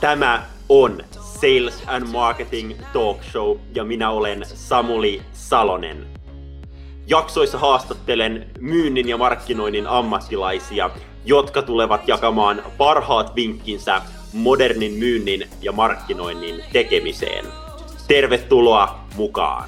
Tämä on Sales and Marketing Talk Show ja minä olen Samuli Salonen. Jaksoissa haastattelen myynnin ja markkinoinnin ammattilaisia, jotka tulevat jakamaan parhaat vinkkinsä modernin myynnin ja markkinoinnin tekemiseen. Tervetuloa mukaan!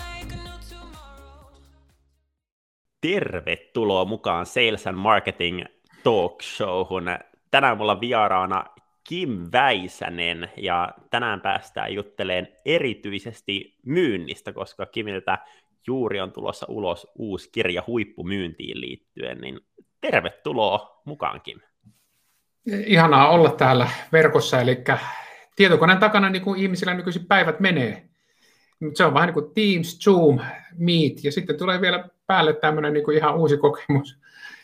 Tervetuloa mukaan Sales and Marketing Talk Showhun. Tänään mulla vieraana Kim Väisänen, ja tänään päästään juttelemaan erityisesti myynnistä, koska Kimiltä juuri on tulossa ulos uusi kirja huippumyyntiin liittyen, niin tervetuloa mukaan, Kim. Ihanaa olla täällä verkossa, eli tietokoneen takana niin kuin ihmisillä nykyisin päivät menee. Se on vähän niin kuin Teams, Zoom, Meet, ja sitten tulee vielä päälle tämmöinen niin kuin ihan uusi kokemus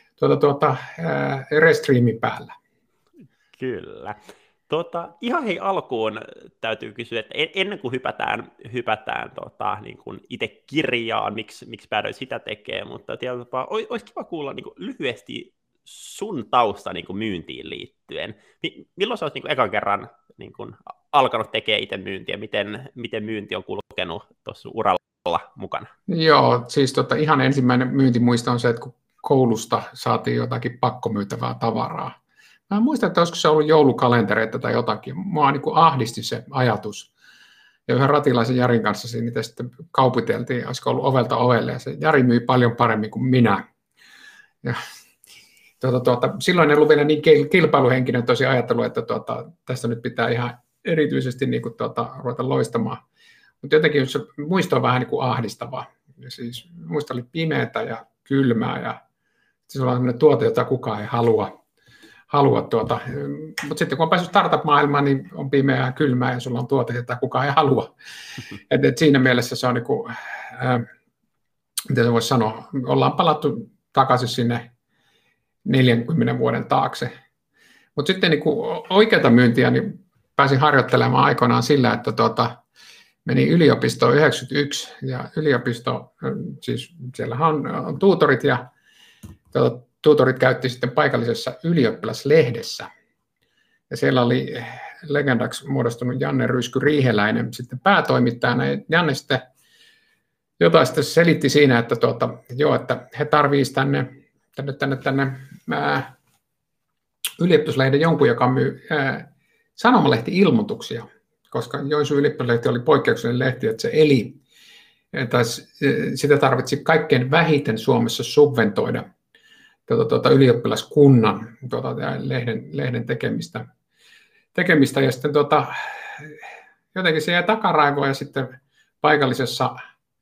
Restreamin päällä. Kyllä. Ihan hei alkuun täytyy kysyä, että ennen kuin hypätään niin kuin itse kirjaan, miksi päädyin sitä tekemään, mutta olisi kiva kuulla niin kuin lyhyesti sun tausta niin kuin myyntiin liittyen. Milloin sä olet niin kuin ekan kerran niin kuin alkanut tekemään itse myyntiä? Miten myynti on kulkenut tuossa uralla mukana? Joo, siis ihan ensimmäinen myyntimuisto on se, että kun koulusta saatiin jotakin pakkomyytävää tavaraa. Mä muistan, että olisiko se ollut joulukalentereita tai jotakin. Mua niin kuin ahdisti se ajatus. Ja yhden Ratilaisen Jarin kanssa niitä sitten kaupiteltiin, olisiko ollut ovelta ovelle. Ja se Jari myi paljon paremmin kuin minä. Ja, silloin en ollut vielä niin kilpailuhenkinen tosi ajattelu, että tästä nyt pitää ihan erityisesti niin kuin, ruveta loistamaan. Mutta jotenkin se muisto on vähän niin kuin ahdistavaa. Ja siis muisto oli pimeätä ja kylmää ja se on sellainen tuote, jota kukaan ei halua. Mutta sitten kun on päässyt startup-maailmaan, niin on pimeää ja kylmää ja sulla on tuote, jota kukaan ei halua. Et siinä mielessä se on niin kuin, miten se voisi sanoa, ollaan palattu takaisin sinne 40 vuoden taakse. Mutta sitten niin kuin oikeata myyntiä niin pääsin harjoittelemaan aikoinaan sillä, että menin yliopistoon 91 ja yliopisto, siis siellähän on tuutorit ja tuutorit käytti sitten paikallisessa ylioppilaslehdessä. Ja siellä oli legendaksi muodostunut Janne Rysky Riiheläinen sitten päätoimittajana. Ja Janne sitten jotain sitten selitti siinä, että, että he tarvitsisivat tänne ylioppilaslehden jonkun, joka myy sanomalehti-ilmoituksia, koska Joensuun ylioppilaslehti oli poikkeuksellinen lehti, että se eli. Sitä tarvitsi kaikkein vähiten Suomessa subventoida ylioppilaskunnan lehden tekemistä ja sitten jotenkin se jäi takaraivoon ja sitten paikallisessa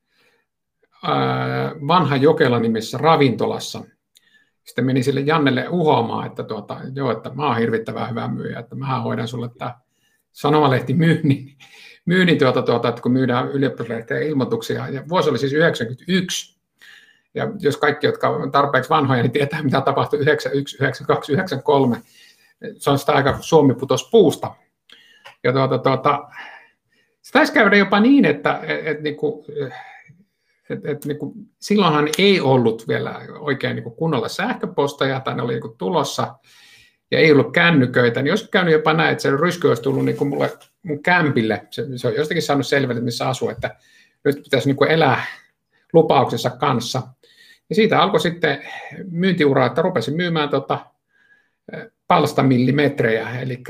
Vanha Jokela-nimisessä ravintolassa sitten meni sille Jannelle uhoamaan, että että mä oon hirvittävän hyvä myyjä, että mä hoidan sulle tämä sanomalehti myynnin että kun myydään ylioppilaslehteen ilmoituksia ja vuosi oli siis 91. Ja jos kaikki, jotka on tarpeeksi vanhoja, niin tietää, mitä tapahtui 91, 92, 93. Se on sitä aika Suomi putosi puusta. Ja se taisi käydä jopa niin, että silloinhan ei ollut vielä oikein niin kunnolla sähköposteja, tai ne oli niin tulossa, ja ei ollut kännyköitä. Niin olisi käynyt jopa näin, että se Rysky olisi tullut niin mulle mun kämpille. Se on jostakin saanut selville, missä asuu, että nyt pitäisi niin elää lupauksensa kanssa. Ja siitä alkoi sitten myyntiura, että rupesin myymään palstamillimetrejä, eli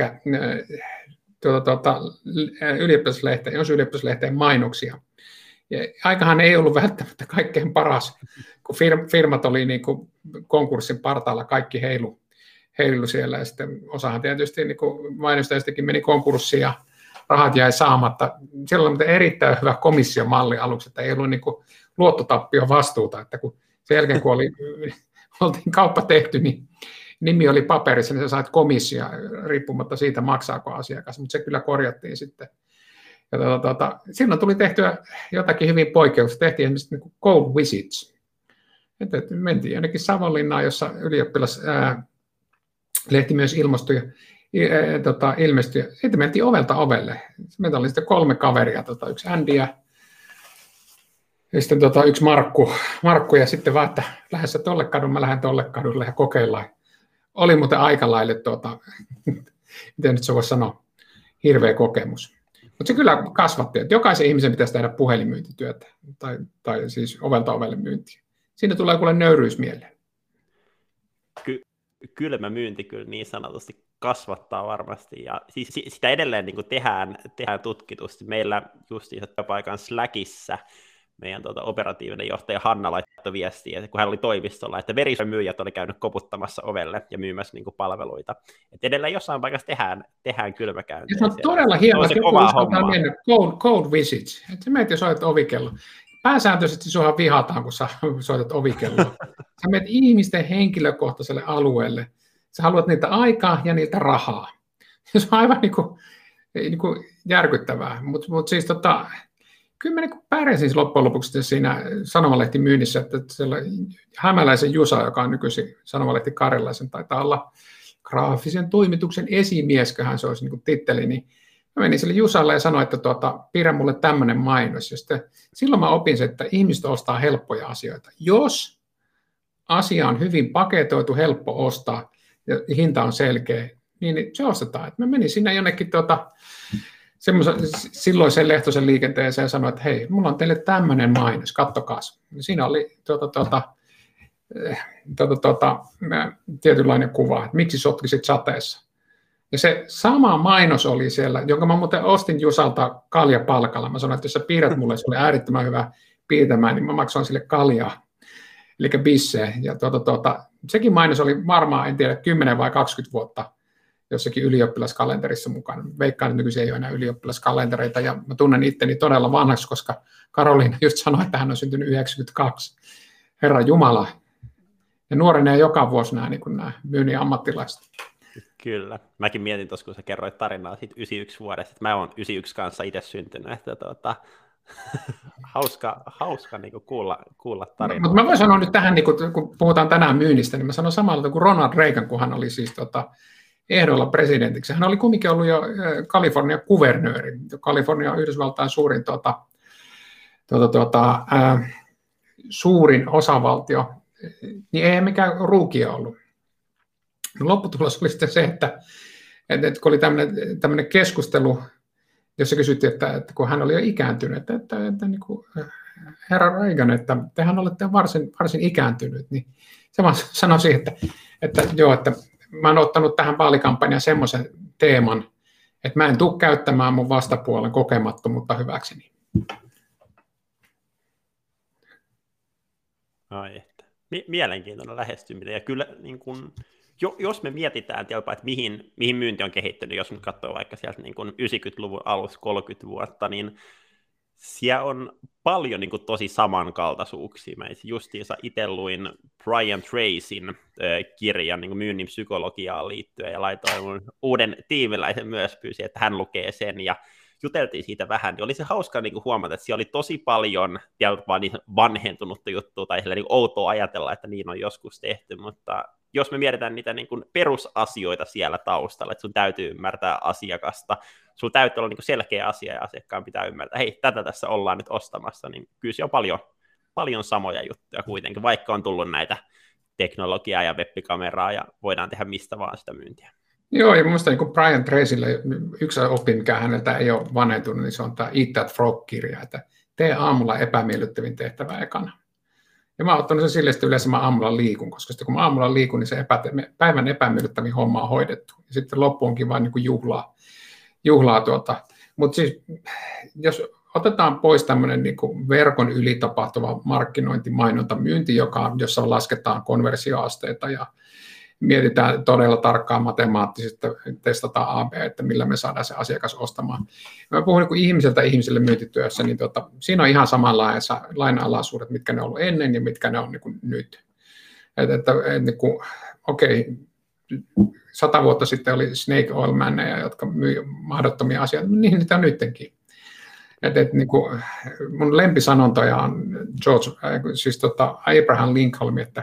ylioppilaslehteen mainoksia. Ja aikahan ei ollut välttämättä kaikkein paras, kun firmat oli niin kuin konkurssin partaalla, kaikki heilu siellä, ja sitten osahan tietysti niin mainostajistakin meni konkurssiin, ja rahat jäi saamatta. Siellä oli erittäin hyvä komissiomalli aluksi, että ei ollut niin kuin luottotappio vastuuta, että kun sen jälkeen, kun oltiin kauppa tehty, niin nimi oli paperissa, niin sä sait komissia riippumatta siitä, maksaako asiakas, mutta se kyllä korjattiin sitten. Ja silloin tuli tehtyä jotakin hyvin poikkeuksia. Tehtiin esimerkiksi niin cold visits. Että mentiin jonnekin Savonlinnaan, jossa ylioppilaslehti myös ilmestyi. Sitten mentiin ovelta ovelle. Meitä oli sitten 3 kaveria, yksi Andy ja sitten yksi Markku ja sitten vaan, että lähes tolle kadulle, mä lähden tolle kadulle ja kokeillaan. Oli muuten aika lailla, miten nyt se voisi sanoa, hirveä kokemus. Mutta se kyllä kasvatti, että jokaisen ihmisen pitäisi tehdä puhelinmyyntityötä, tai siis ovelta ovelle myyntiä. Siinä tulee kuule nöyryys mieleen. Kylmä myynti kyllä niin sanotusti kasvattaa varmasti, ja siis sitä edelleen niin kuin tehdään tutkitusti. Meillä justiinsa työpaikan Slackissa meidän operatiivinen johtaja Hanna laittoi viestiä, kun hän oli toimistolla, että verisuonimyyjät oli käynyt koputtamassa ovelle ja myymässä niin kuin palveluita. Et edelleen jossain paikassa tehdään kylmäkäyntiä. Se on todella hienoa, että joku uskaltaa mennä cold visits. Että sä menet ja soitat ovikello. Pääsääntöisesti sinua vihataan, kun sä soitat ovikelloa. Sä menet ihmisten henkilökohtaiselle alueelle. Sä haluat niitä aikaa ja niitä rahaa. Se on aivan niin kuin järkyttävää. Mutta siis kyllä mä niin pärjäsin loppujen lopuksi siinä sanomalehtimyynnissä, että siellä Hämäläisen Jusa, joka on nykyisin sanomalehti Karjalaisen, taitaa olla graafisen toimituksen esimiesköhän se olisi niin kuin titteli, niin mä menin sille Jusalle ja sanoin, että piirrä mulle tämmöinen mainos. Ja silloin mä opin sen, että ihmiset ostaa helppoja asioita. Jos asia on hyvin paketoitu, helppo ostaa ja hinta on selkeä, niin se ostetaan. Et mä menin sinne jonnekin silloisen Lehtosen liikenteeseen ja sanoin, että hei, mulla on teille tämmöinen mainos, kattokaas. Siinä oli tietynlainen kuva, että miksi sotkisit sateessa. Ja se sama mainos oli siellä, jonka mä muuten ostin Jusalta kaljapalkalla. Mä sanoin, että jos sä piirrät mulle, se oli äärettömän hyvä piirtämään, niin mä maksoin sille kaljaa, eli bisseä. Ja sekin mainos oli varmaan, en tiedä, 10 vai 20 vuotta jossakin ylioppilaskalenterissa mukana. Veikkaan, että nykyisin ei ole enää ylioppilaskalentereita, ja mä tunnen itteni todella vanhaksi, koska Karoliina just sanoi, että hän on syntynyt 92. Herra Jumala. Ja nuorenee joka vuosi nämä myynnin ammattilaiset. Kyllä. Mäkin mietin tuossa, kun sä kerroit tarinaa siitä 91 vuodesta, että mä oon 91 kanssa itse syntynyt, että hauska niin kuin kuulla tarinaa. Mutta mä voin sanoa nyt tähän, niin kun puhutaan tänään myynnistä, niin mä sanon samalla kuin Ronald Reagan, kun hän oli siis ehdolla presidentiksi. Hän oli kumminkin ollut jo Kalifornian kuvernööri. Kalifornia on Yhdysvaltain suurin osavaltio, niin ei mikään ruukia ollut. Lopputulos oli sitten se, että kun oli tämmöinen keskustelu, jossa kysyttiin, että kun hän oli jo ikääntynyt, että niin kuin, herra Reagan, että tehän olette varsin ikääntynyt, niin se vaan sanoi siihen, että mä oon ottanut tähän vaalikampanjaan semmoisen teeman, että mä en tule käyttämään mun vastapuolen kokemattomuutta hyväkseni. Ai että. Mielenkiintoinen lähestyminen. Ja kyllä niin kun, jos me mietitään jopa, että mihin myynti on kehittynyt, jos nyt katsoo vaikka sieltä niin kun 90-luvun alussa 30 vuotta, niin siellä on paljon niin kuin tosi samankaltaisuuksia. Mä justiinsa itse luin Brian Tracyn kirjan niin kuin myynnin psykologiaan liittyen ja laitoin mun uuden tiimiläisen myös, pyysin, että hän lukee sen ja juteltiin siitä vähän. Niin oli se hauska niin kuin huomata, että siellä oli tosi paljon vaan niin vanhentunutta juttua tai niin outoa ajatella, että niin on joskus tehty, mutta jos me mietitään niitä niin kuin perusasioita siellä taustalla, että sun täytyy ymmärtää asiakasta, sun täytyy olla niin kuin selkeä asia ja asiakkaan pitää ymmärtää, hei, tätä tässä ollaan nyt ostamassa, niin kyllä se on paljon samoja juttuja kuitenkin, vaikka on tullut näitä teknologiaa ja web-kameraa ja voidaan tehdä mistä vaan sitä myyntiä. Joo, ja minusta niin Brian Tracylle yksi oppi, mikä häneltä ei ole vanhentunut, niin se on tämä Eat That Frog-kirja, että tee aamulla epämiellyttävin tehtävä ekana. Ja mä oon ottanut sen sille, että yleensä mä aamulla liikun, koska sitten kun mä aamulla liikun, niin se päivän epämiellyttävin homma on hoidettu. Ja sitten loppu onkin vain niin kuin juhlaa. Mutta siis jos otetaan pois tämmöinen niin kuin verkon yli tapahtuva markkinointi, mainonta, myynti, jossa lasketaan konversioasteita ja mietitään todella tarkkaan matemaattisesti, testataan AB, että millä me saadaan se asiakas ostamaan. Mä puhun niin ihmiseltä ihmiselle myyntityössä, niin siinä on ihan samanlaisia lainalaisuudet, mitkä ne on ollut ennen ja mitkä ne on niin kuin nyt. Okei, 100 vuotta sitten oli Snake Oil Maneja, jotka myy mahdottomia asioita, niin niitä on nyttenkin. Niin kuin mun lempisanontoja on Abraham Lincoln, että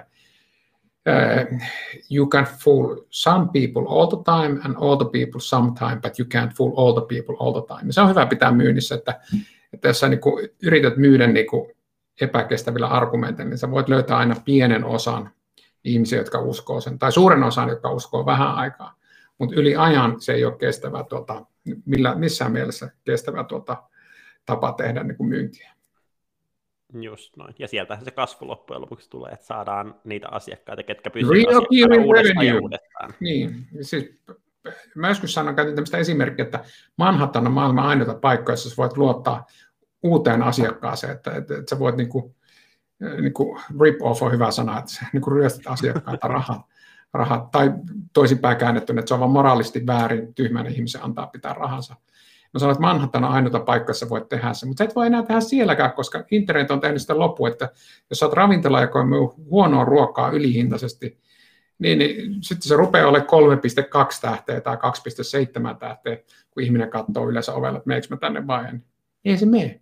you can fool some people all the time and all the people sometime, but you can't fool all the people all the time. Ja se on hyvä pitää myynnissä, että jos sä niin kuin yrität myydä niin kuin epäkestävillä argumenteilla, niin sä voit löytää aina pienen osan ihmisiä, jotka uskoo sen, tai suuren osan, jotka uskoo vähän aikaa, mutta yli ajan se ei ole kestävä missään mielessä kestävä tapa tehdä niin kuin myyntiä. Just noin. Ja sieltähän se kasvu loppujen lopuksi tulee, että saadaan niitä asiakkaita, ketkä pysyvät asiakkaana uudestaan. Niin, siis mä joskus käytin tämmöistä esimerkkiä, että Manhattan on maailman ainoita paikka, jossa sä voit luottaa uuteen asiakkaaseen, että sä voit niinku rip-off on hyvä sana, että sä niinku ryöstät asiakkaita rahat, tai toisinpäin käännettynä, että se on vaan moraalisesti väärin tyhmän ihmisen antaa pitää rahansa. Mä sanoin, että Manhattan on ainoita paikka, jossa voit tehdä se, mutta sä et voi enää tehdä sielläkään, koska internet on tehnyt sitä loppu, että jos sä oot ravintola, joka on huonoa ruokaa ylihintaisesti, niin sitten se rupeaa olemaan 3,2 tähteä tai 2,7 tähteä, kun ihminen katsoo yleensä ovella, että meneekö mä tänne vai en. Ei se mene.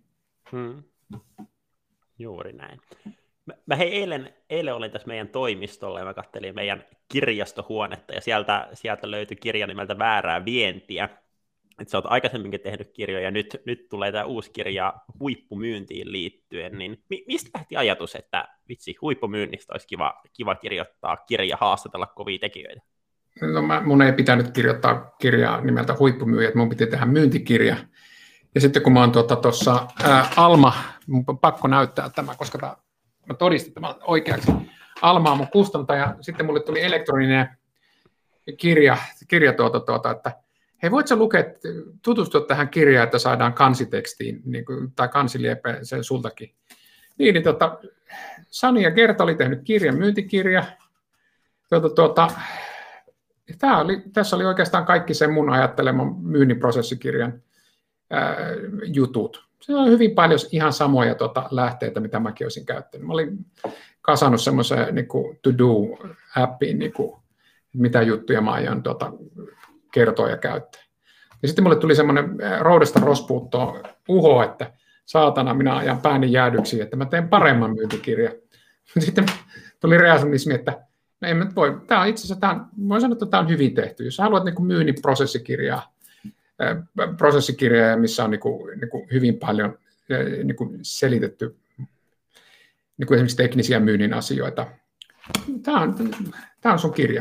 Juuri näin. Mä eilen olin tässä meidän toimistolla ja mä katselin meidän kirjastohuonetta ja sieltä löytyi kirja nimeltä Väärää vientiä. Että sä oot aikaisemminkin tehnyt kirjoja ja nyt tulee tämä uusi kirja huippumyyntiin liittyen, niin mistä lähti ajatus, että vitsi, huippumyynnistä olisi kiva kirjoittaa kirja, haastatella kovia tekijöitä? No mun ei pitänyt kirjoittaa kirjaa nimeltä Huippumyyjät, mun piti tehdä myyntikirja. Ja sitten kun mä oon tuossa Alma, mun on pakko näyttää tämä, koska mä todistin tämän oikeaksi. Alma on mun kustantaja, sitten mulle tuli elektroninen kirja että hei, voit sä tutustua tähän kirjaan, että saadaan kansitekstiin, niin kuin, tai kansiliepe se sultakin. Niin, Sani ja Gerta oli tehnyt myyntikirja. Tässä oli oikeastaan kaikki sen mun ajatteleman myynnin prosessikirjan jutut. Se on hyvin paljon ihan samoja lähteitä, mitä mäkin olisin käyttänyt. Mä olin kasannut semmoisen niin to-do-appiin, niin kuin, mitä juttuja mä aion kertoa ja käyttää. Ja sitten mulle tuli semmoinen roudesta rospuuttoon uho, että saatana, minä ajan pääni jäädyksiin, että mä teen paremman myyntikirjan. Sitten tuli realismi, että no en voi, tämä on itse asiassa, voin sanoa, että tämä on hyvin tehty. Jos haluat niin kuin myynnin prosessikirjaa, missä on niin kuin hyvin paljon niin kuin selitetty niin kuin esimerkiksi teknisiä myynnin asioita, tämä on sun kirja.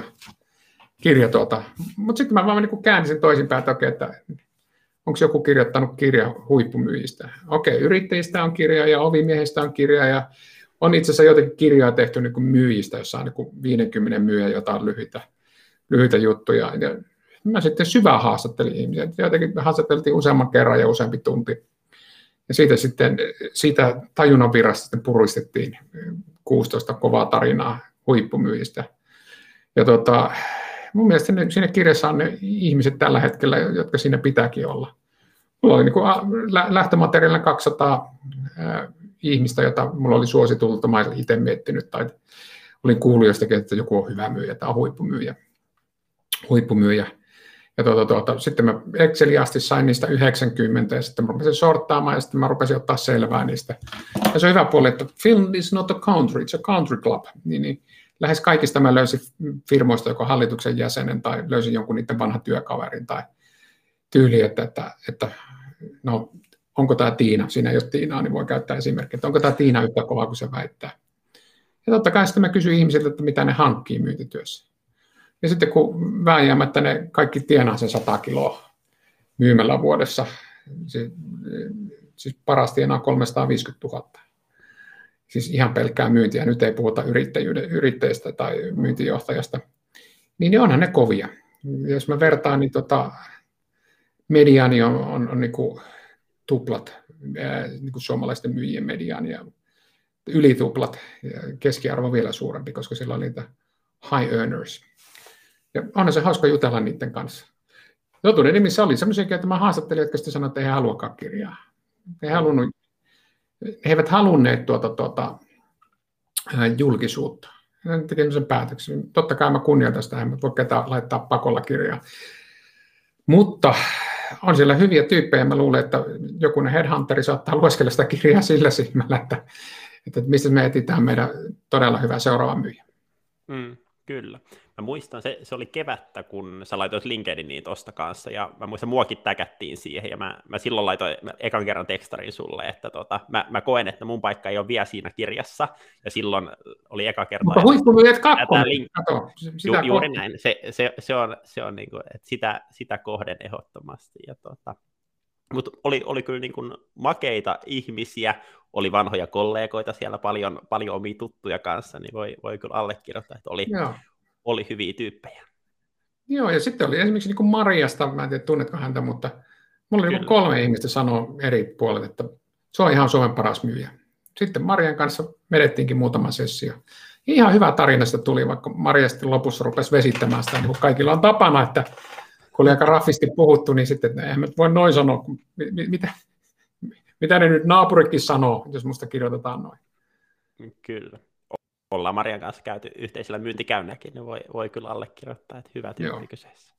Mutta sitten mä vaan niin käännin sen toisinpäin, että okei, että onko joku kirjoittanut kirja huippumyyjistä. Okei, yrittäjistä on kirja ja ovimiehistä on kirja ja on itse asiassa jotenkin kirjoja tehty niin kuin myyjistä, jossa on niin kuin 50 myyjä jotain lyhyitä juttuja. Ja mä sitten syvään haastattelin ihmisiä. Jotenkin haastateltiin useamman kerran ja useampi tunti. Ja siitä tajunnan virrasta sitten puristettiin 16 kovaa tarinaa huippumyyjistä. Ja mun mielestä siinä kirjassa on ne ihmiset tällä hetkellä, jotka siinä pitääkin olla. Mulla oli niin kuin lähtömateriaalina 200 ihmistä, jota mulla oli suositulta, mä olin itse miettinyt, tai olin kuullut jostakin, että joku on hyvä myyjä tai huippumyyjä. Ja sitten mä Exceliin asti sain niistä 90, ja sitten mä rupesin sorttaamaan, ja sitten mä rupesin ottaa selvää niistä. Ja se on hyvä puoli, että film is not a country, it's a country club. Niin lähes kaikista mä löysin firmoista joko hallituksen jäsenen tai löysin jonkun niiden vanhan työkaverin tai tyyli, että no, onko tämä Tiina? Siinä ei ole Tiinaa, niin voi käyttää esimerkkiä, että onko tämä Tiina yhtä kovaa kuin se väittää. Ja totta kai sitten mä kysyin ihmisiltä, että mitä ne hankkii myyntityössä. Ja sitten kun vääjäämättä ne kaikki tienaa sen 100 kiloa myymällä vuodessa, siis paras tienaa 350 000. Siis ihan pelkkää myyntiä, nyt ei puhuta yrittäjistä tai myyntijohtajasta, niin onhan ne kovia. Jos mä vertaan, niin mediaani on niin kuin tuplat, niin kuin suomalaisten myyjien mediaani, ja ylituplat, ja keskiarvo vielä suurempi, koska sillä on niitä high earners. Ja onhan se hauska jutella niiden kanssa. Totuuden nimissä oli sellaisia, että mä haastattelin, jotka sitten sanoivat, että ei haluakaan kirjaa. He eivät halunneet julkisuutta. He tekivät sen päätöksen. Totta kai mä kunnioitan sitä, en voi ketään laittaa pakolla kirjaa. Mutta on siellä hyviä tyyppejä. Mä luulen, että jokunen headhunteri saattaa lueskella sitä kirjaa sillä silmällä, että mistä me etsitään meidän todella hyvä seuraava myyjä. Kyllä. Mä muistan, se oli kevättä, kun sä laitoit LinkedIniin tosta kanssa, ja mä muistan, muakin täkättiin siihen, ja mä silloin laitoin ekan kerran tekstarin sulle, että mä koen, että mun paikka ei ole vielä siinä kirjassa, ja silloin oli eka kerta. Mutta huippumyyjät kakkonen, kato, juuri näin, se on niin kuin, että sitä kohden ehdottomasti, ja mutta oli kyllä niin kuin makeita ihmisiä, oli vanhoja kollegoita siellä, paljon omia tuttuja kanssa, niin voi kyllä allekirjoittaa, että oli hyviä tyyppejä. Joo, ja sitten oli esimerkiksi niin kuin Mariasta, mä en tiedä tunnetko häntä, mutta mulla oli 3 ihmistä sanoa eri puolet, että se on ihan Suomen paras myyjä. Sitten Marian kanssa vedettiinkin muutama sessio. Ihan hyvä tarina sitä tuli, vaikka Maria sitten lopussa rupesi vesittämään sitä, niin kuin kaikilla on tapana, että kun oli aika raffisti puhuttu, niin sitten eihän mä voi noin sanoa, mitä ne nyt naapurikin sanoo, jos musta kirjoitetaan noin. Kyllä. Ollaan Marian kanssa käyty yhteisellä myyntikäynnäkin, niin voi kyllä allekirjoittaa, että hyvä tyyppi kyseessä.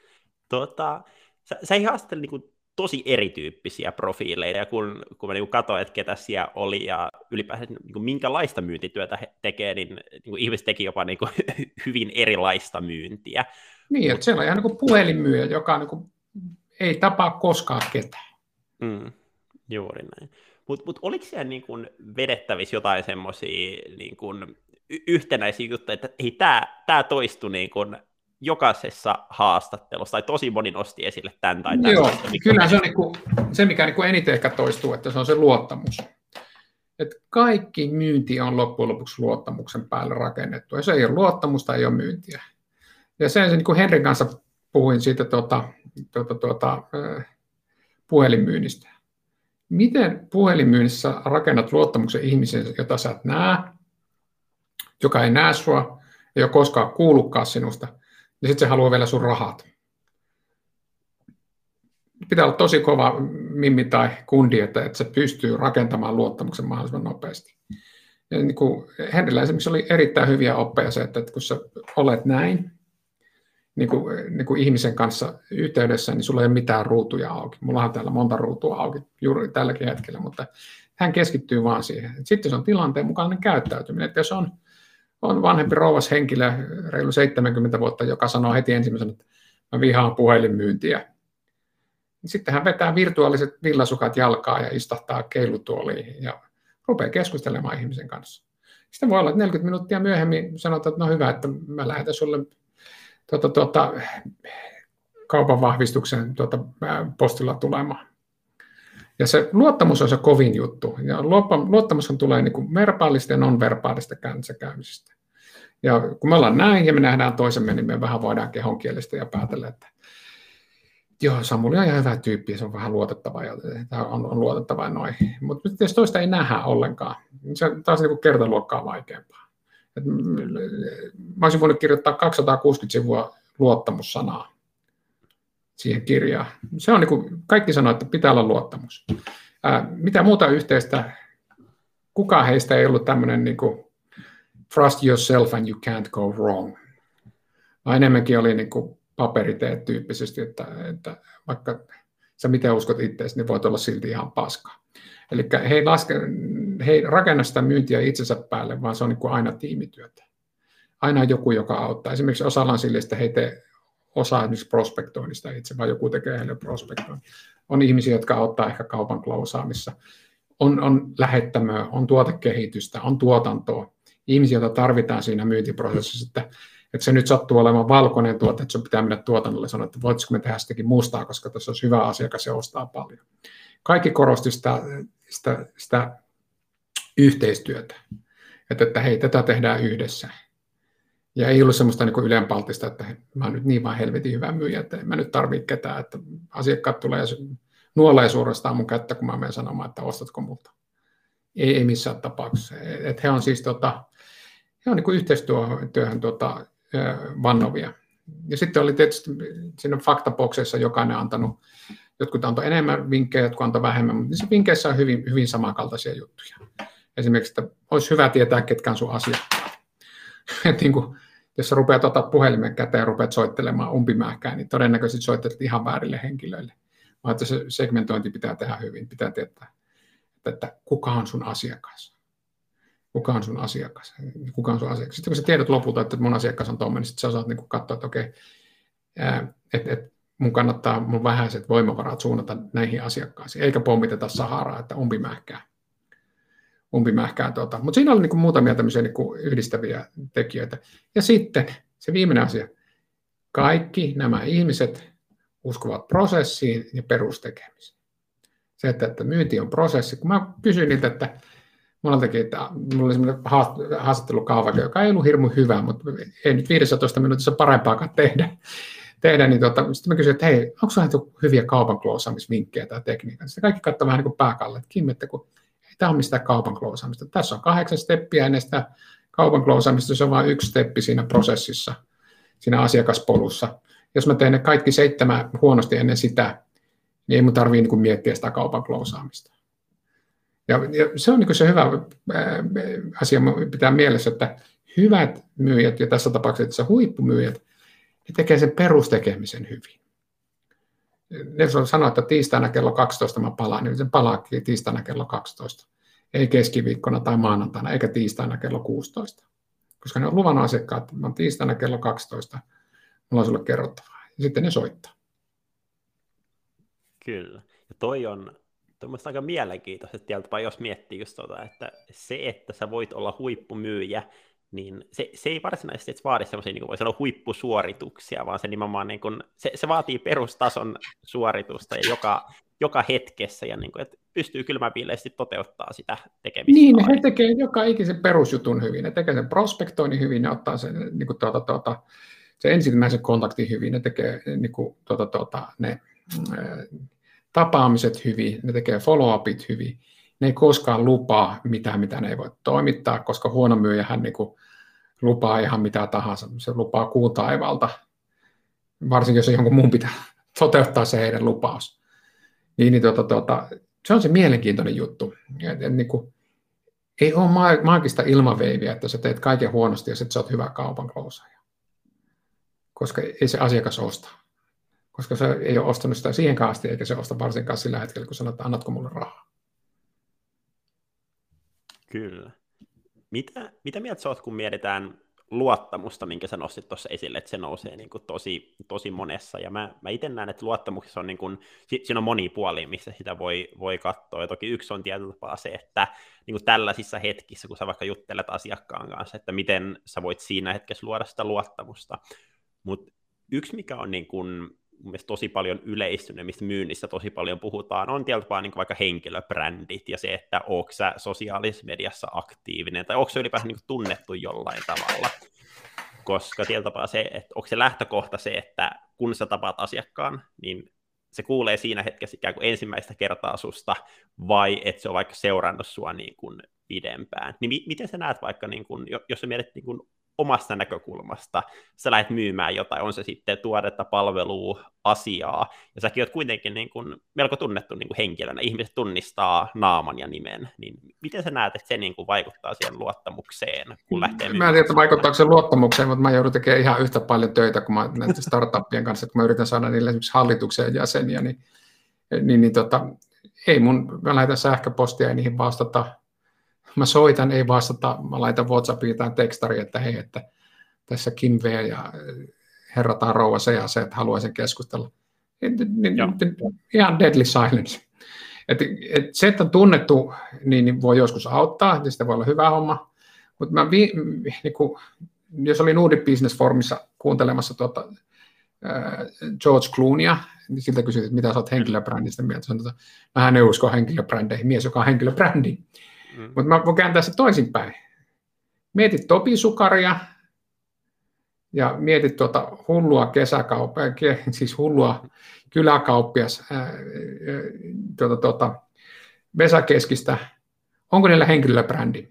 Sä haastattelit niin kuin tosi erityyppisiä profiileja, kun mä niin katsoin, että ketä siellä oli ja ylipäänsä niin minkälaista myyntityötä he tekee, niin ihmiset teki jopa niin kuin hyvin erilaista myyntiä. Niin, että siellä on ihan niin puhelinmyyjä, joka niin kuin ei tapaa koskaan ketään. Juuri näin. Mutta oliko siellä niin kuin vedettävissä jotain semmoisia niin kuin yhtenäisiä juttuja, että ei tämä toistui niin kuin jokaisessa haastattelussa, tai tosi moni nosti esille tämän tai tämän. Joo, kyllä se on niin kuin, se, mikä niin kuin eniten ehkä toistuu, että se on se luottamus. Että kaikki myynti on loppujen lopuksi luottamuksen päälle rakennettu. Jos ei ole luottamusta, ei ole myyntiä. Ja se niin kuin Henrin kanssa puhuin siitä puhelinmyynnistä. Miten puhelinmyynnissä rakennat luottamuksen ihmisen, jota sä et näe, joka ei näe sua, ei ole koskaan kuullutkaan sinusta, ja sitten se haluaa vielä sun rahat. Pitää olla tosi kova mimmi tai kundi, että se pystyy rakentamaan luottamuksen mahdollisimman nopeasti. Ja niin kuin Henrillä esimerkiksi oli erittäin hyviä oppeja se, että kun sä olet näin, niin kuin ihmisen kanssa yhteydessä, niin sulla ei ole mitään ruutuja auki. Mulla on täällä monta ruutua auki juuri tälläkin hetkellä, mutta hän keskittyy vaan siihen. Sitten se on tilanteen mukainen käyttäytyminen. Että jos on vanhempi rouvas henkilö, reilu 70 vuotta, joka sanoo heti ensimmäisenä, että mä vihaan puhelinmyyntiä, niin sitten hän vetää virtuaaliset villasukat jalkaa ja istahtaa keilutuoliin ja rupeaa keskustelemaan ihmisen kanssa. Sitten voi olla, että 40 minuuttia myöhemmin sanotaan, että no hyvä, että mä lähetän sulle kaupan vahvistuksen postilla tulemaan. Ja se luottamus on se kovin juttu. Ja luottamushan tulee niin kuin verbaalista ja non-verbaalista kanssakäymisestä. Ja kun me ollaan näin ja me nähdään toisemme, niin me vähän voidaan kehonkielestä ja päätellä, että joo, Samuli on ihan hyvä tyyppi ja se on vähän luotettava ja tämä on luotettava ja noin. Mutta jos toista ei nähdä ollenkaan, niin se on taas niin kuin kertaluokkaa vaikeampaa. Mä olisin voinut kirjoittaa 260 sivua luottamussanaa siihen kirjaan. Se on niin kuin, kaikki sanoo, että pitää olla luottamus. Mitä muuta yhteistä, kukaan heistä ei ollut tämmöinen niin kuin trust yourself and you can't go wrong. Vaan enemmänkin oli niin kuin paperiteet tyyppisesti, että vaikka sä miten uskot itseäsi, niin voit olla silti ihan paska. Eli he ei rakenna sitä myyntiä itsensä päälle, vaan se on niin kuin aina tiimityötä. Aina on joku, joka auttaa. Esimerkiksi osalla on sille, että he ei osaa esimerkiksi prospektoinnista itse, vaan joku tekee heille prospektoinnin. On ihmisiä, jotka auttaa ehkä kaupan klousaamissa. On lähettämöä, on tuotekehitystä, on tuotantoa. Ihmisiä, joita tarvitaan siinä myyntiprosessissa, että se nyt sattuu olemaan valkoinen tuote, että sun pitää mennä tuotannolle ja sanoa, että voitaisiko me tehdä sitäkin mustaa, koska tässä olisi hyvä asiakas ja ostaa paljon. Kaikki korosti sitä yhteistyötä, että hei, tätä tehdään yhdessä. Ja ei ollut semmoista niin kuin ylenpalttista, että mä oon nyt niin vaan helvetin hyvä myyjä, että en mä nyt tarvitse ketään, että asiakkaat tulee nuolee suorastaan mun kättä, kun mä menen sanomaan, että ostatko multa. Ei missään tapauksessa. Että he on siis he on niin kuin yhteistyöhön vannovia. Ja sitten oli tietysti siinä faktabokseissa jokainen antanut, jotkut antoi enemmän vinkkejä, jotkut antoi vähemmän, mutta niissä vinkkeissä on hyvin, hyvin samankaltaisia juttuja. Esimerkiksi, että olisi hyvä tietää, ketkä on sun asiakkaat. Että niin kuin, jos sä rupeat ottaa puhelimen käteen ja rupeat soittelemaan umpimähkään, niin todennäköisesti soittelet ihan väärille henkilöille. Vaan että se segmentointi pitää tehdä hyvin, pitää tietää, että kuka on sun asiakas. Kuka on sun asiakas? Kuka on sun asiakas? Sitten kun sä tiedät lopulta, että mun asiakas on tuommoinen, niin sitten sä osaat niin katsoa, että okei, että mun kannattaa mun vähäiset voimavarat suunnata näihin asiakkaisiin, eikä pommiteta Saharaa, että umpimähkää. Mutta siinä oli niin kuin muutamia tämmöisiä niin kuin yhdistäviä tekijöitä. Ja sitten se viimeinen asia. Kaikki nämä ihmiset uskovat prosessiin ja perustekemiseen. Se, että myynti on prosessi. Kun mä kysyin niitä, että mulla oli semmoinen haastattelukaavake, joka ei ollut hirmu hyvä, mutta ei nyt 15 minuutissa parempaakaan tehdä niin sitten mä kysyin, että hei, onko sulla hyviä kaupan kloosaamisvinkkejä tai tekniikkaa? Sitten kaikki katsoi vähän niin kuin pääkalle, että Kim, että kun ei tämä ole mistään kaupan kloosaamista. Tässä on 8 steppiä ennen sitä kaupan kloosaamista, se on vain 1 steppi siinä prosessissa, siinä asiakaspolussa. Jos mä teen ne kaikki 7 huonosti ennen sitä, niin ei mun tarvitse niin kuin miettiä sitä kaupan kloosaamista. Ja se on niin kuin se hyvä asia pitää mielessä, että hyvät myyjät, ja tässä tapauksessa huippumyyjät, ne tekee sen perustekemisen hyvin. Nelson sanoi, että tiistaina kello 12 mä palaan, niin sen palaakin tiistaina kello 12. Ei keskiviikkona tai maanantaina, eikä tiistaina kello 16. Koska ne on luvannut asiakkaat, että mä oon tiistaina kello 12, mulla on sulle kerrottavaa. Ja sitten ne soittaa. Kyllä. Ja toi on aika mielenkiintoista, että jos miettii just että se, että sä voit olla huippumyyjä, niin se ei varsinaisesti vaadi semmoisia, niin kuin voi sanoa, huippusuorituksia, vaan se nimenomaan niin kuin, se vaatii perustason suoritusta ja joka hetkessä, ja niin kuin, että pystyy kylmäviileisesti toteuttaa sitä tekemistä. Niin, he tekee joka ikisen perusjutun hyvin, ne tekee sen prospektoinnin hyvin, ne ottaa sen, niin kuin, se ensimmäisen kontaktin hyvin, ne tekee niin kuin, ne tapaamiset hyvin, ne tekee follow-upit hyvin, ne ei koskaan lupaa mitään, mitä ne ei voi toimittaa, koska huono myyjähän niin kuin lupaa ihan mitä tahansa. Se lupaa kuun taivalta, varsinkin jos jonkun muun pitää toteuttaa se heidän lupaus. Se on se mielenkiintoinen juttu. Niin kuin, ei ole maagista ilmaveiviä, että sä teet kaiken huonosti ja sitten sä oot hyvä kaupan kloosaaja. Koska ei se asiakas osta. Koska se ei ole ostanut sitä siihenkään asti, eikä se osta varsinkaan sillä hetkellä, kun sanoo, että annatko mulle rahaa. Kyllä. Mitä mieltä sä oot, kun mietitään luottamusta, minkä sä nostit tuossa esille, että se nousee niin kuin tosi monessa, ja mä itse näen, että luottamuksessa on, niin kuin, siinä on monia puolia, missä sitä voi katsoa, ja toki yksi on tietyllä tapaa se, että niin kuin tällaisissa hetkissä, kun sä vaikka juttelet asiakkaan kanssa, että miten sä voit siinä hetkessä luoda sitä luottamusta, mutta yksi, mikä on niin kuin mun mielestä tosi paljon yleistynyt, mistä myynnissä tosi paljon puhutaan, on tietysti niin vaikka henkilöbrändit ja se, että ootko sä sosiaalisessa mediassa aktiivinen, tai onko se ylipäätään niin tunnettu jollain tavalla. Koska tietysti se, että onko se lähtökohta se, että kun sä tapaat asiakkaan, niin se kuulee siinä hetkessä ikään kuin ensimmäistä kertaa susta, vai että se on vaikka seurannut sua niin kuin pidempään. Niin miten sä näet vaikka, niin kuin, jos sä mietit niin kuin omasta näkökulmasta, sä lähdet myymään jotain, on se sitten tuodetta, palvelua, asiaa, ja säkin oot kuitenkin niin kuin melko tunnettu niin kuin henkilönä, ihmiset tunnistaa naaman ja nimen, niin miten sä näet, että se niin kuin vaikuttaa siihen luottamukseen, kun lähtee myymään? Mä en tiedä, että vaikuttaako se luottamukseen, mutta mä joudun tekemään ihan yhtä paljon töitä, kun mä näiden startuppien kanssa, kun mä yritän saada niille esimerkiksi hallitukseen jäseniä, ei mä lähetän sähköpostia, ei niihin vastata. Mä soitan, ei vastata, mä laitan WhatsAppiin tai tekstariin, että hei, että tässä Kim V ja herra tai rouva se ja se, että haluaisin keskustella. Ihan deadly silence. Se, että on tunnettu, niin voi joskus auttaa, ja sitä voi olla hyvä homma, mutta jos olin Nordic Business Forumissa kuuntelemassa George Clooneya, niin siltä kysyt, että mitä sä oot henkilöbrändistä mieltä. Sanoin, että mähän en usko henkilöbrändeihin, mies, joka on henkilöbrändi. Mutta mä voin kääntää se toisinpäin. Mietit Topi-sukaria ja mietit hullua siis hullua kyläkauppias Vesa Keskistä. Onko niillä henkilöbrändi?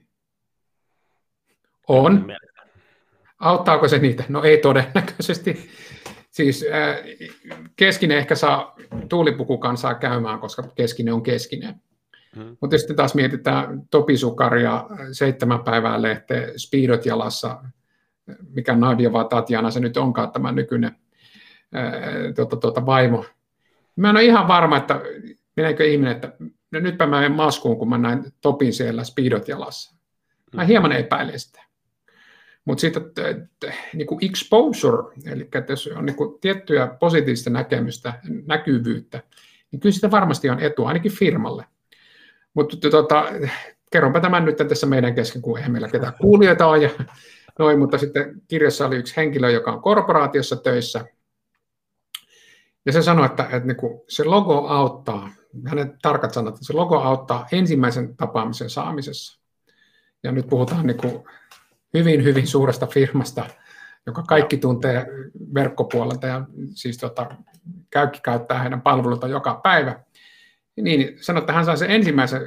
On. Auttaako se niitä? No ei todennäköisesti. Siis Keskinen ehkä saa tuulipukukansaa käymään, koska Keskinen on Keskinen. Mutta sitten taas mietitään Topi-sukaria, 7 päivää lehteä, Speedot jalassa, mikä Nadia vai Tatjana se nyt onkaan tämä nykyinen vaimo. Mä en ole ihan varma, että meneekö ihminen, että nytpä mä menen maskuun, kun mä näin Topin siellä Speedot jalassa. Mä hieman epäilen sitä. Mutta siitä niin kuin exposure, eli että jos on niin kuin tiettyä positiivista näkyvyyttä, niin kyllä sitä varmasti on etu, ainakin firmalle. Mutta kerronpa tämän nyt tässä meidän kesken, kun eihän meillä ketään kuulijoita ole. Ja noin, mutta sitten kirjassa oli yksi henkilö, joka on korporaatiossa töissä. Ja se sanoi, että niin kuin se logo auttaa, hänen tarkat sanat, että se logo auttaa ensimmäisen tapaamisen saamisessa. Ja nyt puhutaan niin kuin hyvin, hyvin suuresta firmasta, joka kaikki tuntee verkkopuolelta ja siis käyttää heidän palveluita joka päivä. Niin sanoi, että hän sai sen ensimmäisen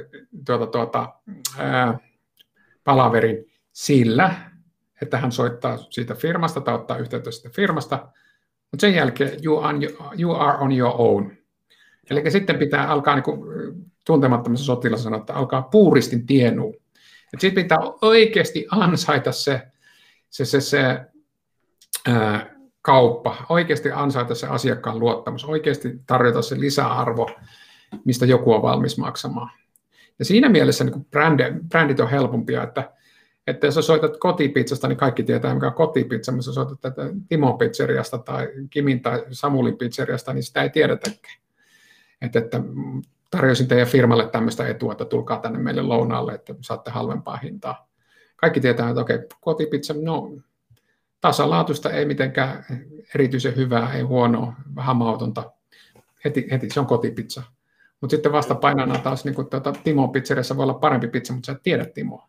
palaverin sillä, että hän soittaa siitä firmasta tai ottaa yhteyttä siitä firmasta, mutta sen jälkeen you are on your own. Eli sitten pitää alkaa, niin kuin tuntemattomassa sotilassa sanoa, että alkaa puuristin tienuu. Sitten pitää oikeasti ansaita se kauppa, oikeasti ansaita se asiakkaan luottamus, oikeasti tarjota se lisäarvo, mistä joku on valmis maksamaan. Ja siinä mielessä niin brändit on helpompia, että jos sä soitat kotipizzasta, niin kaikki tietää, mikä on kotipizza, mutta jos soitat tätä Timon pizzeriasta tai Kimin tai Samulin pizzeriasta, niin sitä ei tiedetäkään. Että tarjosin teidän firmalle tämmöistä etua, että tulkaa tänne meille lounaalle, että saatte halvempaa hintaa. Kaikki tietää, että okei, kotipizza, no tasalaatuista, ei mitenkään erityisen hyvää, ei huonoa, vähän mautonta. Heti se on kotipizza. Mutta sitten vastapainona taas niin Timon pizzeriassa voi olla parempi pizza, mutta sä et tiedä Timoa.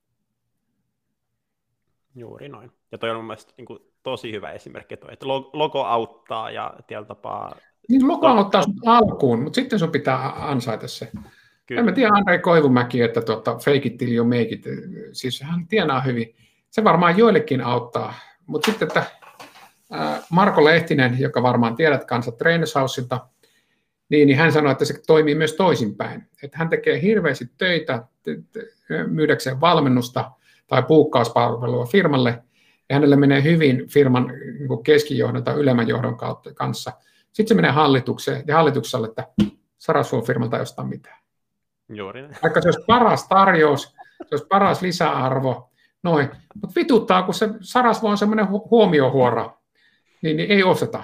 Juuri noin. Ja toi on mun mielestä niin kuin tosi hyvä esimerkki, että logo auttaa ja tietyllä tapaa... Niin logo auttaa sun alkuun, mutta sitten sun pitää ansaita se. Kyllä. En mä tiedä Andrei Koivumäki, että fake it till you make it, siis hän tienaa hyvin. Se varmaan joillekin auttaa, mutta sitten että Marko Lehtinen, joka varmaan tiedät kanssa Trainers Houselta, niin hän sanoi, että se toimii myös toisinpäin. Että hän tekee hirveästi töitä myydäkseen valmennusta tai puukkauspalvelua firmalle, ja hänelle menee hyvin firman keskijohdon tai ylemmän johdon kanssa. Sitten se menee hallitukseen, ja hallitukselle, että Sarasvuon firmalta ei osta mitään. Juuri näin. Vaikka se olisi paras tarjous, se olisi paras lisäarvo, noin. Mutta vituttaa, kun se Sarasvuo on semmoinen huomiohuora, niin ei osteta.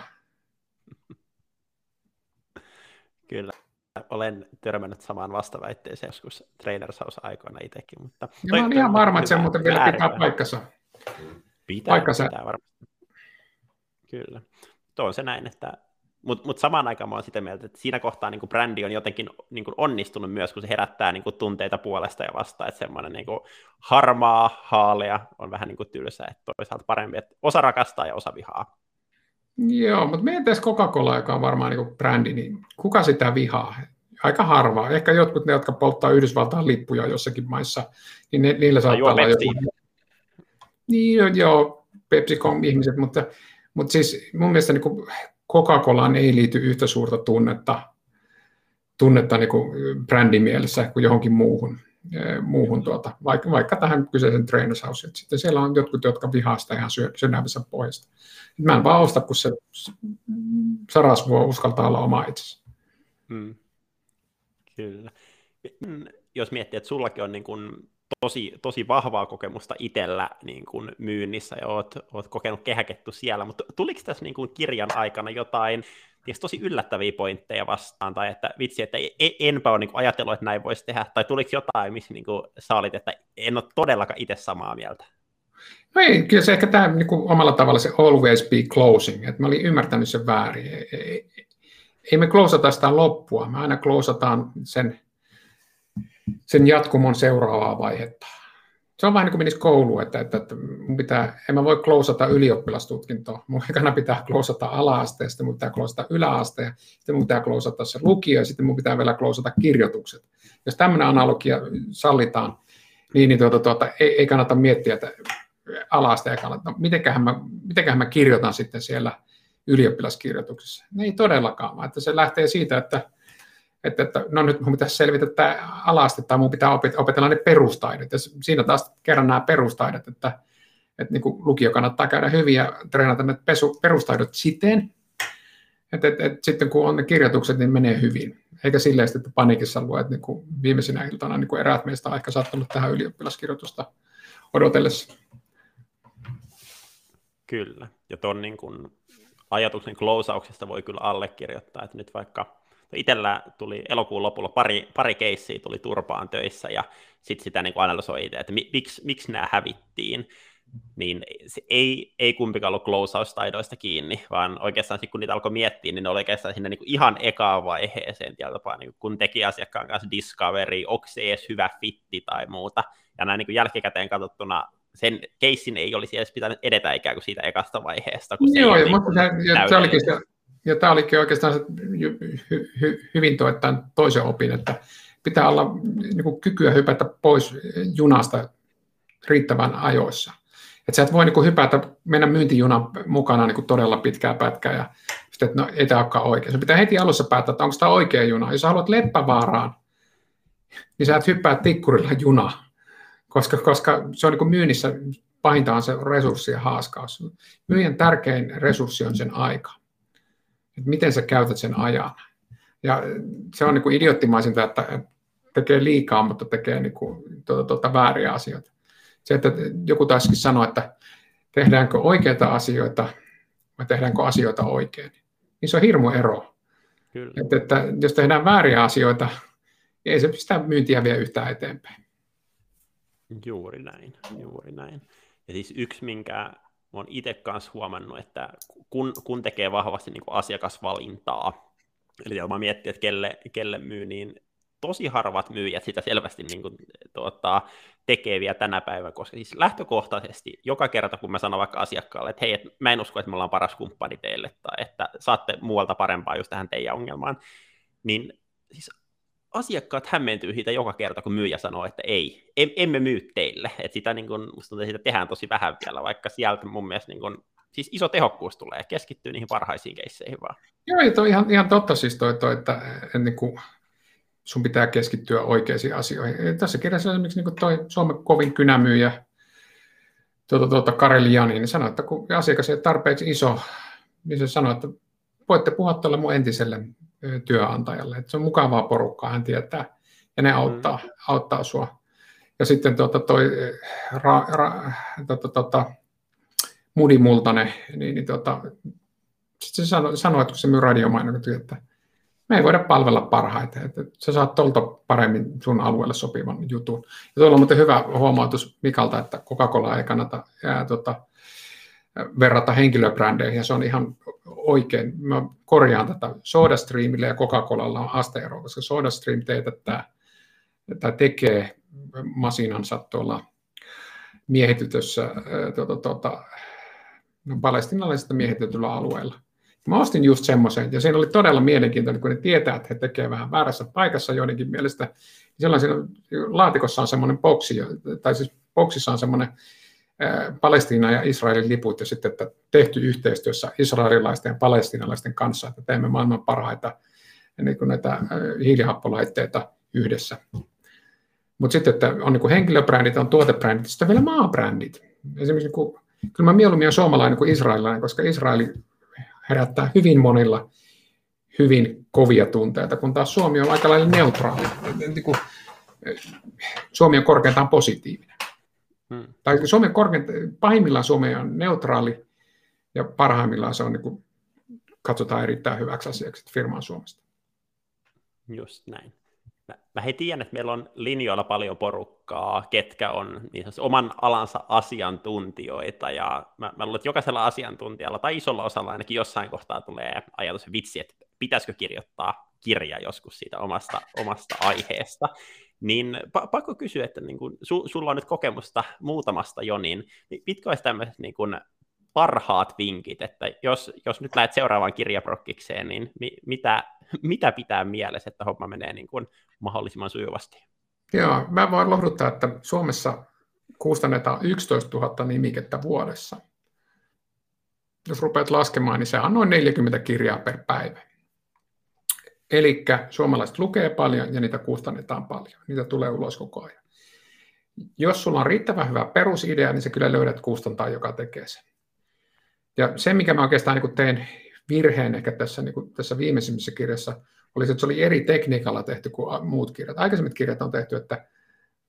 Kyllä. Olen törmännyt samaan vastaväitteeseen joskus Trainers House-aikoina itsekin. Mutta ja mä olen ihan varma, että se muuten vielä pitää paikkansa. Pitää varmasti. Kyllä. Tuo on se näin, että... Mutta samaan aikaan mä oon sitä mieltä, että siinä kohtaa niin kuin brändi on jotenkin niin kuin onnistunut myös, kun se herättää niin kuin tunteita puolesta ja vastaan, että semmoinen niin kuin harmaa, haalea on vähän niin kuin tylsä, että toisaalta parempi, että osa rakastaa ja osa vihaa. Joo, mutta meidän tässä Coca-Cola, joka on varmaan niin kuin brändi, niin kuka sitä vihaa? Aika harvaa. Ehkä jotkut ne, jotka polttaa Yhdysvaltain lippuja jossakin maissa, niin niillä saattaa olla joku... Niin, joo, PepsiCom-ihmiset, mutta siis mun mielestä niin kuin Coca-Colaan ei liity yhtä suurta tunnetta niin kuin brändin mielessä kuin johonkin muuhun vaikka tähän kyseisen Trainers Houseen. Sitten siellä on jotkut, jotka vihaa sitä ihan sydämensä pohjasta. Mä en vaan osta, kun se Sarasvuo uskaltaa olla oma itsensä. Kyllä. Jos miettii, että sullakin on niin kuin tosi vahvaa kokemusta itsellä niin kuin myynnissä ja oot kokenut kehäkettu siellä, mutta tuliko tässä niin kuin kirjan aikana jotain tosi yllättäviä pointteja vastaan, tai että vitsi, että enpä ole niin kuin ajatellut, että näin voisi tehdä, tai tuliko jotain, missä niin kuin sä olit, että en ole todellakaan itse samaa mieltä? No ei, kyllä se ehkä tämä niin kuin omalla tavalla se always be closing, että mä olin ymmärtänyt sen väärin. Ei me closata sitä loppua, me aina closataan sen jatkumon seuraavaa vaihetta. Se on vähän niin kuin menisi kouluun, että en mä voi closata ylioppilastutkintoa. Mun ekana pitää closata ala-aste, sitten mun pitää closata yläaste, ja sitten mun pitää closata se lukio, ja sitten mun pitää vielä closata kirjoitukset. Jos tämmöinen analogia sallitaan, niin ei kannata miettiä, että ala-aste ei kannata. Mitenköhän mä kirjoitan sitten siellä ylioppilaskirjoituksessa? Ei todellakaan, vaan että se lähtee siitä, että no nyt mun pitäisi selvitä tämä ala-aste, tai mun pitää opetella ne perustaidot. Ja siinä taas kerran nämä perustaidot, että niin kuin lukio kannattaa käydä hyvin ja treenata ne perustaidot siten, että sitten kun on ne kirjoitukset, niin menee hyvin. Eikä silleen, että paniikissa luo, että niin kuin viimeisenä iltana niin kuin eräät meistä on ehkä saattanut tähän ylioppilaskirjoitusta odotellessa. Kyllä, ja tuon niin kuin ajatuksen klousauksesta voi kyllä allekirjoittaa, että nyt vaikka itsellä tuli elokuun lopulla pari keissiä tuli turpaan töissä, ja sitten sitä niin kuin analysoi itse, että miksi nämä hävittiin, niin se ei kumpikaan ollut klousaustaidoista kiinni, vaan oikeastaan kun niitä alkoi miettiä, niin ne oli oikeastaan sinne niin kuin ihan ekaan vaiheeseen, niin kun teki asiakkaan kanssa discovery, onko se edes hyvä fitti tai muuta, ja näin niin kuin jälkikäteen katsottuna sen keissin ei olisi edes pitänyt edetä ikään kuin siitä ekasta vaiheesta, kun se joo, ei ja tämä olikin oikeastaan se hyvin tämän toisen opin, että pitää olla niin kuin kykyä hypätä pois junasta riittävän ajoissa. Että sä et voi niin kuin mennä myyntijunan mukana niin kuin todella pitkää pätkää ja sitten, että no ei tämä olekaan oikein. Se pitää heti alussa päättää, että onko tämä oikea juna. Jos haluat Leppävaaraan, niin sä et hyppää tikkurilla junaa, koska se on niin kuin myynnissä pahinta on se resurssien haaskaus. Myyjän tärkein resurssi on sen aika. Että miten sä käytät sen ajan. Ja se on niin kuin idioottimaisinta, että tekee liikaa, mutta tekee niin kuin vääriä asioita. Se, että joku taisikin sanoa, että tehdäänkö oikeita asioita vai tehdäänkö asioita oikein, niin se on hirmu ero. Että jos tehdään vääriä asioita, niin ei se sitä myyntiä vie yhtään eteenpäin. Juuri näin. Ja siis yksi, minkä olen itse kanssa huomannut, että kun tekee vahvasti niin kuin asiakasvalintaa, eli mä miettii, että kelle myy, niin tosi harvat myyjät sitä selvästi niin kuin, tekee vielä tänä päivänä, koska siis lähtökohtaisesti joka kerta, kun mä sanon vaikka asiakkaalle, että hei, et mä en usko, että me ollaan paras kumppani teille, tai että saatte muualta parempaa just tähän teidän ongelmaan, niin siis asiakkaat hämmentyy siitä joka kerta, kun myyjä sanoo, että ei, emme myy teille, että sitä, niin kuin, musta tuntuu, että sitä tehdään tosi vähän vielä, vaikka sieltä mun mielestä niin kuin, siis iso tehokkuus tulee, keskittyy niihin parhaisiin keisseihin vaan. Joo, ja toi ihan totta siis että niin kuin sun pitää keskittyä oikeisiin asioihin. Tässä kirjassa esimerkiksi niin toi Suomen kovin kynämyyjä Kareli Jani, niin sanoi, että kun asiakas ei ole tarpeeksi iso, niin se sanoi, että voitte puhua tuolle mun entiselle työnantajalle, että se on mukavaa porukkaa, hän tietää, ja ne auttaa sua. Ja sitten Mudi Multanen, sitten se sanoi, että kun se myy radiomainoksia, että me ei voida palvella parhaiten, että sä saat tuolta paremmin sun alueelle sopivan jutun. Ja tuolla on muuten hyvä huomautus Mikalta, että Coca-Cola ei kannata verrata henkilöbrändeihin, ja se on ihan oikein. Mä korjaan tätä. SodaStreamille ja Coca-Colalla on asteero, koska SodaStream tekee masinansa tuolla miehitetyssä palestiinalaisesta miehitetyllä alueella. Mä ostin just semmoisen, ja siinä oli todella mielenkiintoinen, kun ne tietää, että he tekevät vähän väärässä paikassa joidenkin mielestä. Sellaisen laatikossa on semmoinen boksi, tai siis boksissa on semmoinen Palestiinan ja Israelin liput, ja sitten että tehty yhteistyössä israelilaisten ja palestiinalaisten kanssa, että teemme maailman parhaita niin kuin näitä hiilihappolaitteita yhdessä. Mutta sitten, että on niin kuin henkilöbrändit, on tuotebrändit, sitten on vielä maabrändit. Esimerkiksi kyllä mä mieluummin olen suomalainen kuin israelilainen, koska Israeli herättää hyvin monilla hyvin kovia tunteita, kun taas Suomi on aika lailla neutraali. Suomi on korkeintaan positiivinen. Tai pahimmillaan Suomi on neutraali ja parhaimmillaan se on, niin kuin, katsotaan erittäin hyväksi asiaksi, että firma on Suomesta. Just näin. Mä tiedän, että meillä on linjoilla paljon porukkaa, ketkä on niin oman alansa asiantuntijoita, ja mä luulen, että jokaisella asiantuntijalla tai isolla osalla ainakin jossain kohtaa tulee ajatus vitsi, että pitäisikö kirjoittaa kirja joskus siitä omasta aiheesta. Niin pakko kysyä, että niin kun, sulla on nyt kokemusta muutamasta jo, niin mitkä olisi tämmöiset niin kun parhaat vinkit, että jos nyt lähdet seuraavaan kirjaprokkikseen, niin mitä pitää mielessä, että homma menee niin kuin mahdollisimman sujuvasti? Joo, mä voin lohduttaa, että Suomessa kustannetaan 11 000 nimikettä vuodessa. Jos rupeat laskemaan, niin se on noin 40 kirjaa per päivä. Eli suomalaiset lukee paljon ja niitä kustannetaan paljon. Niitä tulee ulos koko ajan. Jos sulla on riittävän hyvä perusidea, niin sä kyllä löydät kustantaa, joka tekee sen. Ja se, mikä mä oikeastaan niin tein virheen ehkä tässä viimeisimmässä kirjassa, oli se, että se oli eri tekniikalla tehty kuin muut kirjat. Aikaisemmat kirjat on tehty, että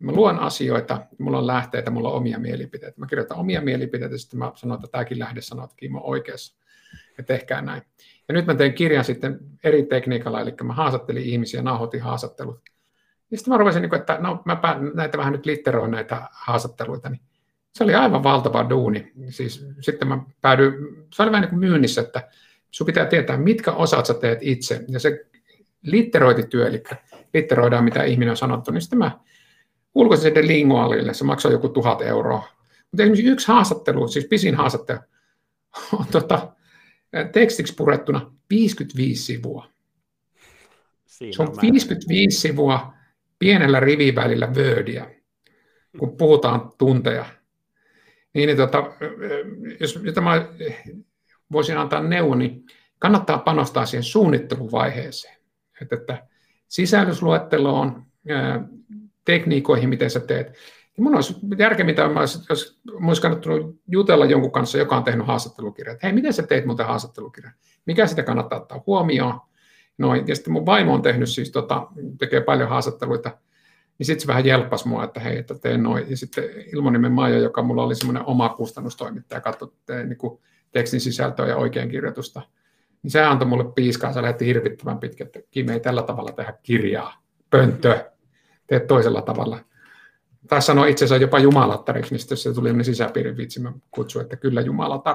Mä luon asioita, mulla on lähteitä, mulla on omia mielipiteitä. Mä kirjoitan omia mielipiteitä, ja sitten mä sanon, että tämäkin lähde sanoo, että Kimmo on oikeassa, ja tehkää näin. Ja nyt mä tein kirjan sitten eri tekniikalla, eli mä haastattelin ihmisiä, nauhoitin haastattelut. Ja sitten mä rupesin, että mä näitä vähän nyt litteroin näitä haastatteluita, niin se oli aivan valtava duuni. Siis, sitten mä päädyin, se oli vähän niin kuin myynnissä, että sun pitää tietää, mitkä osat sä teet itse. Ja se litterointityö, eli litteroidaan, mitä ihminen on sanottu, niin sitten mä ulkoisin sen Lingualille, se maksoi joku 1 000 euroa. Mutta esimerkiksi yksi haastattelu, siis pisin haastattelu, on tekstiksi purettuna 55 sivua. Se on 55 sivua pienellä rivivälillä Wordia, kun puhutaan tunteja. Niin, jos mä voisin antaa neuvon, niin kannattaa panostaa siihen suunnitteluvaiheeseen. Että sisällysluetteloon, tekniikoihin, miten sä teet. Ja mun olisi järkevintä, jos olisi kannattanut jutella jonkun kanssa, joka on tehnyt haastattelukirjaa. Hei, miten sä teet muuten haastattelukirjaa? Mikä sitä kannattaa ottaa huomioon? Noin. Ja sitten mun vaimo on tehnyt siis, tekee paljon haastatteluita, niin sitten se vähän jelppasi mua, että hei, että teen noin. Ja sitten Ilmonimen Maija, joka mulla oli semmoinen oma kustannustoimittaja, katsoi niin tekstin sisältöä ja oikein kirjoitusta, niin se antoi mulle piiskaa, se lähetti hirvittävän pitkä, että Kimi ei tällä tavalla tehdä kirjaa, pönttö, teet toisella tavalla. Taisi sanoa itse asiassa jopa jumalattariksi, niin sitten se tuli sellainen sisäpiirin vitsi, mä kutsuin, että kyllä jumalatar.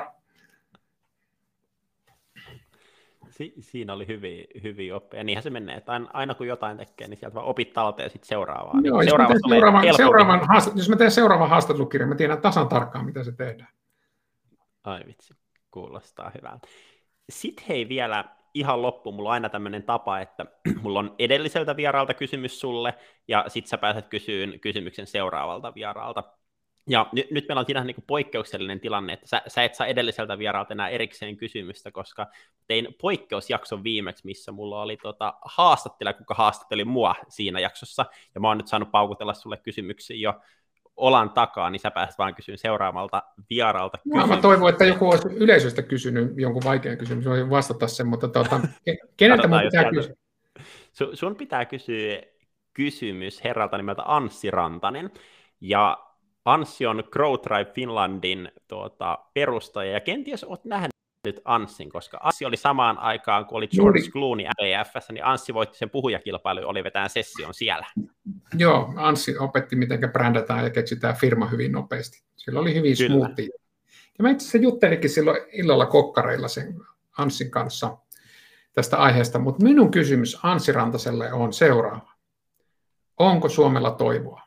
Siinä oli hyviä oppeja. Niinhän se menee, että aina kun jotain tekee, niin sieltä vaan opit talteen sitten seuraavaan. Joo, jos mä teen seuraavan haastattelukirjan, mä tiedän tasan tarkkaan, mitä se tehdään. Ai vitsi, kuulostaa hyvältä. Sitten hei vielä ihan loppuun, mulla on aina tämmöinen tapa, että mulla on edelliseltä vieraalta kysymys sulle, ja sitten sä pääset kysyyn kysymyksen seuraavalta vieraalta. Ja nyt meillä on siinä niin kuin poikkeuksellinen tilanne, että sä et saa edelliseltä vieraalta enää erikseen kysymystä, koska tein poikkeusjakson viimeksi, missä mulla oli haastattelija, kuka haastatteli mua siinä jaksossa, ja mä oon nyt saanut paukutella sulle kysymyksiä jo olan takaa, niin sä pääset vaan kysyyn seuraavalta vieraalta kysymyksiä. Mä toivon, että joku olisi yleisöstä kysynyt jonkun vaikean kysymyksen, voisin vastata sen, mutta keneltä mun pitää kysyä? Sun pitää kysyä kysymys herralta nimeltä Anssi Rantanen, ja Anssi on Growtribe Finlandin perustaja, ja kenties olet nähnyt Anssin, koska Anssi oli samaan aikaan, kun oli George Clooney AF:ssä, niin Anssi voitti sen puhujakilpailun, oli vetään session siellä. Joo, Anssi opetti, miten brändätään ja keksitään firma hyvin nopeasti. Sillä oli hyvin smoothia. Ja mä itse asiassa juttelikin silloin illalla kokkareilla sen Anssin kanssa tästä aiheesta, mutta minun kysymys Anssi Rantaselle on seuraava. Onko Suomella toivoa?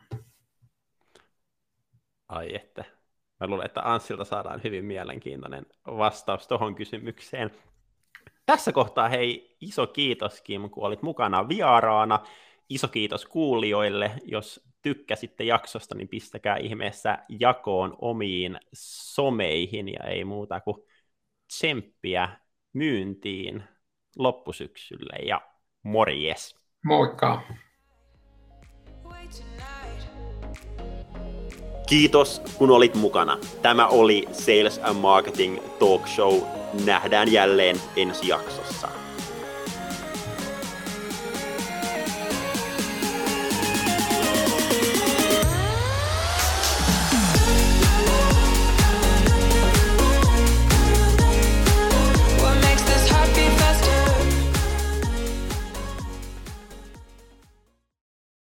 Ai että. Mä luulen, että Anssilta saadaan hyvin mielenkiintoinen vastaus tuohon kysymykseen. Tässä kohtaa hei, iso kiitos Kim, kun olit mukana vieraana. Iso kiitos kuulijoille. Jos tykkäsitte jaksosta, niin pistäkää ihmeessä jakoon omiin someihin ja ei muuta kuin tsemppiä myyntiin loppusyksylle ja morjes. Moikka! Kiitos, kun olit mukana. Tämä oli Sales and Marketing Talk Show. Nähdään jälleen ensi jaksossa.